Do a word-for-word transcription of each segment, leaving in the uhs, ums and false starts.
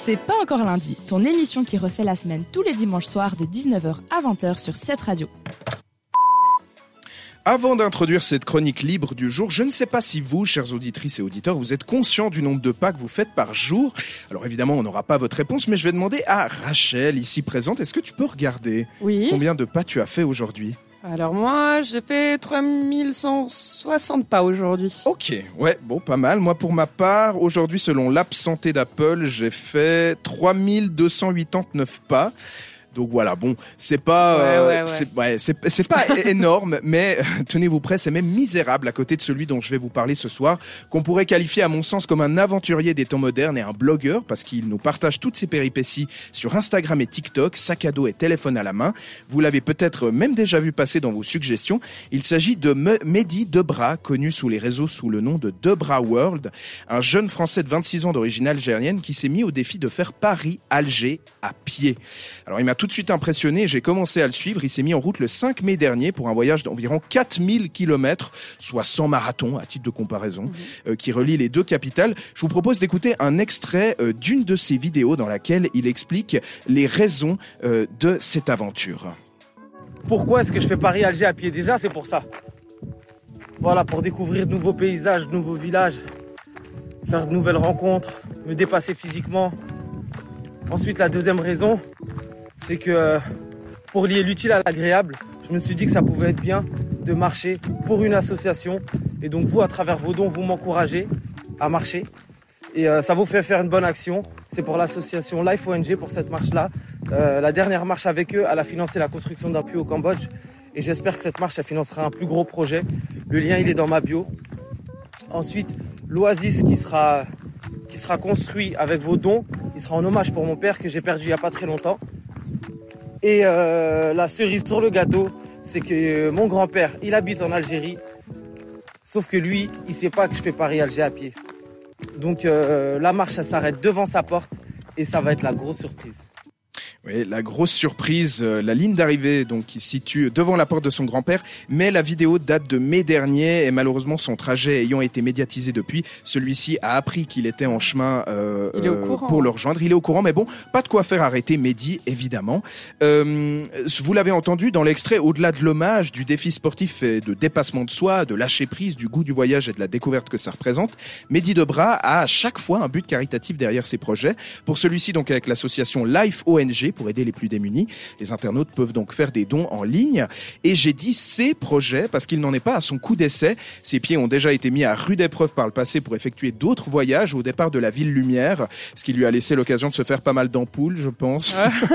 C'est pas encore lundi, ton émission qui refait la semaine tous les dimanches soirs de dix-neuf heures à vingt heures sur cette radio. Avant d'introduire cette chronique libre du jour, je ne sais pas si vous, chères auditrices et auditeurs, vous êtes conscients du nombre de pas que vous faites par jour. Alors évidemment, on n'aura pas votre réponse, mais je vais demander à Rachel, ici présente, est-ce que tu peux regarder Oui. combien de pas tu as fait aujourd'hui ? Alors moi, j'ai fait trois mille cent soixante pas aujourd'hui. Ok, ouais, bon, pas mal. Moi, pour ma part, aujourd'hui, selon l'app santé d'Apple, j'ai fait trois mille deux cent quatre-vingt-neuf pas. Donc voilà, bon, c'est pas, ouais, euh, ouais, ouais. c'est, ouais, c'est, c'est pas énorme, mais tenez-vous prêts, c'est même misérable à côté de celui dont je vais vous parler ce soir, qu'on pourrait qualifier à mon sens comme un aventurier des temps modernes et un blogueur, parce qu'il nous partage toutes ses péripéties sur Instagram et TikTok, sac à dos et téléphone à la main. Vous l'avez peut-être même déjà vu passer dans vos suggestions. Il s'agit de Me- Mehdi Debra, connu sous les réseaux sous le nom de Debra World, un jeune Français de vingt-six ans d'origine algérienne qui s'est mis au défi de faire Paris-Alger à pied. Alors il m'a tout de suite impressionné, j'ai commencé à le suivre. Il s'est mis en route le cinq mai dernier pour un voyage d'environ quatre mille kilomètres, soit cent marathons à titre de comparaison, mmh. euh, qui relie les deux capitales. Je vous propose d'écouter un extrait euh, d'une de ses vidéos dans laquelle il explique les raisons euh, de cette aventure. Pourquoi est-ce que je fais Paris-Alger à pied? Déjà, c'est pour ça. Voilà, pour découvrir de nouveaux paysages, de nouveaux villages, faire de nouvelles rencontres, me dépasser physiquement. Ensuite, la deuxième raison, c'est que pour lier l'utile à l'agréable, je me suis dit que ça pouvait être bien de marcher pour une association. Et donc vous, à travers vos dons, vous m'encouragez à marcher. Et euh, ça vous fait faire une bonne action. C'est pour l'association Life O N G pour cette marche-là. Euh, la dernière marche avec eux, elle a financé la construction d'un puits au Cambodge. Et j'espère que cette marche, elle financera un plus gros projet. Le lien, il est dans ma bio. Ensuite, l'Oasis qui sera, qui sera construit avec vos dons. Il sera en hommage pour mon père que j'ai perdu il n'y a pas très longtemps. Et euh, la cerise sur le gâteau, c'est que mon grand-père, il habite en Algérie. Sauf que lui, il ne sait pas que je fais Paris-Alger à pied. Donc euh, la marche, elle s'arrête devant sa porte et ça va être la grosse surprise. Oui, la grosse surprise, euh, la ligne d'arrivée donc qui se situe devant la porte de son grand-père, mais la vidéo date de mai dernier et malheureusement son trajet ayant été médiatisé depuis, celui-ci a appris qu'il était en chemin euh, Il est au courant, pour hein. le rejoindre. Il est au courant, mais bon, pas de quoi faire arrêter Mehdi, évidemment. Euh, vous l'avez entendu dans l'extrait, au-delà de l'hommage, du défi sportif et de dépassement de soi, de lâcher prise, du goût du voyage et de la découverte que ça représente, Mehdi Debra a à chaque fois un but caritatif derrière ses projets. Pour celui-ci, donc avec l'association Life O N G, pour aider les plus démunis. Les internautes peuvent donc faire des dons en ligne. Et j'ai dit ces projets parce qu'il n'en est pas à son coup d'essai. Ses pieds ont déjà été mis à rude épreuve par le passé pour effectuer d'autres voyages au départ de la ville Lumière, ce qui lui a laissé l'occasion de se faire pas mal d'ampoules, je pense.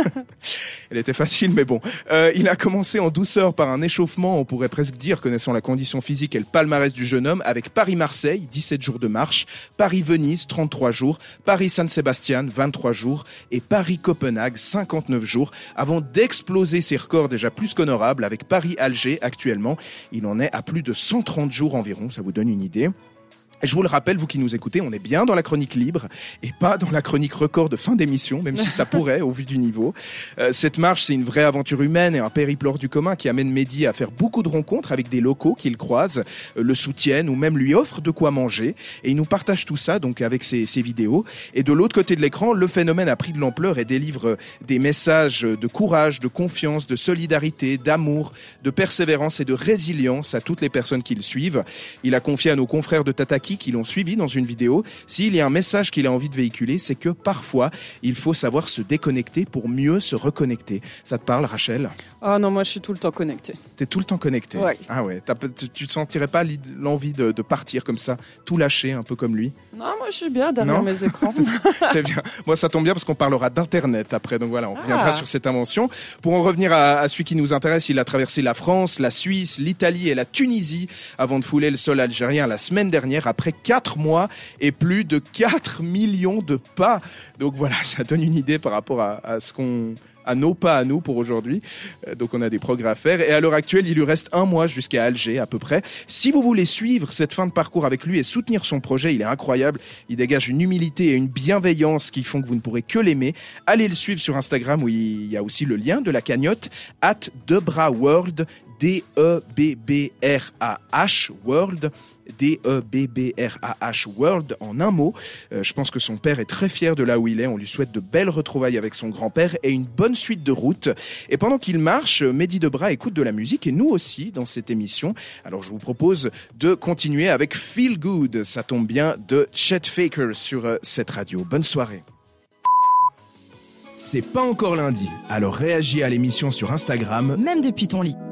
Elle était facile, mais bon. Euh, il a commencé en douceur par un échauffement, on pourrait presque dire, connaissant la condition physique et le palmarès du jeune homme, avec Paris-Marseille, dix-sept jours de marche, Paris-Venise, trente-trois jours, Paris-Saint-Sébastien, vingt-trois jours, et Paris-Copenhague, cinquante-neuf jours, avant d'exploser ses records déjà plus qu'honorables avec Paris-Alger actuellement. Il en est à plus de cent trente jours environ, ça vous donne une idée. Et je vous le rappelle, vous qui nous écoutez, on est bien dans la chronique libre et pas dans la chronique record de fin d'émission, même si ça pourrait au vu du niveau. Euh, cette marche, c'est une vraie aventure humaine et un périple hors du commun qui amène Mehdi à faire beaucoup de rencontres avec des locaux qu'il croise, euh, le soutiennent ou même lui offrent de quoi manger. Et il nous partage tout ça donc avec ses, ses vidéos. Et de l'autre côté de l'écran, le phénomène a pris de l'ampleur et délivre des messages de courage, de confiance, de solidarité, d'amour, de persévérance et de résilience à toutes les personnes qui le suivent. Il a confié à nos confrères de Tataki qui l'ont suivi dans une vidéo, s'il y a un message qu'il a envie de véhiculer, c'est que parfois, il faut savoir se déconnecter pour mieux se reconnecter. Ça te parle, Rachel ? Ah non, moi je suis tout le temps connectée. T'es tout le temps connecté ? Ouais. Ah ouais, t'as, tu, tu te sentirais pas l'envie de, de partir comme ça, tout lâcher, un peu comme lui ? Non, moi je suis bien derrière Non mes écrans. T'es bien. Moi, ça tombe bien parce qu'on parlera d'Internet après. Donc voilà, on Ah. reviendra sur cette invention. Pour en revenir à, à celui qui nous intéresse, il a traversé la France, la Suisse, l'Italie et la Tunisie avant de fouler le sol algérien la semaine dernière après quatre mois et plus de quatre millions de pas. Donc voilà, ça donne une idée par rapport à, à ce qu'on... à nos pas à nous pour aujourd'hui. Euh, donc on a des progrès à faire. Et à l'heure actuelle, il lui reste un mois jusqu'à Alger à peu près. Si vous voulez suivre cette fin de parcours avec lui et soutenir son projet, il est incroyable. Il dégage une humilité et une bienveillance qui font que vous ne pourrez que l'aimer. Allez le suivre sur Instagram où il y a aussi le lien de la cagnotte at Debra World, D E B B R A H World. D E B B R A H, World en un mot. Euh, je pense que son père est très fier de là où il est. On lui souhaite de belles retrouvailles avec son grand-père et une bonne suite de route. Et pendant qu'il marche, Mehdi Debra écoute de la musique et nous aussi dans cette émission. Alors je vous propose de continuer avec Feel Good. Ça tombe bien, de Chet Faker sur euh, cette radio. Bonne soirée. C'est pas encore lundi, alors réagis à l'émission sur Instagram, même depuis ton lit.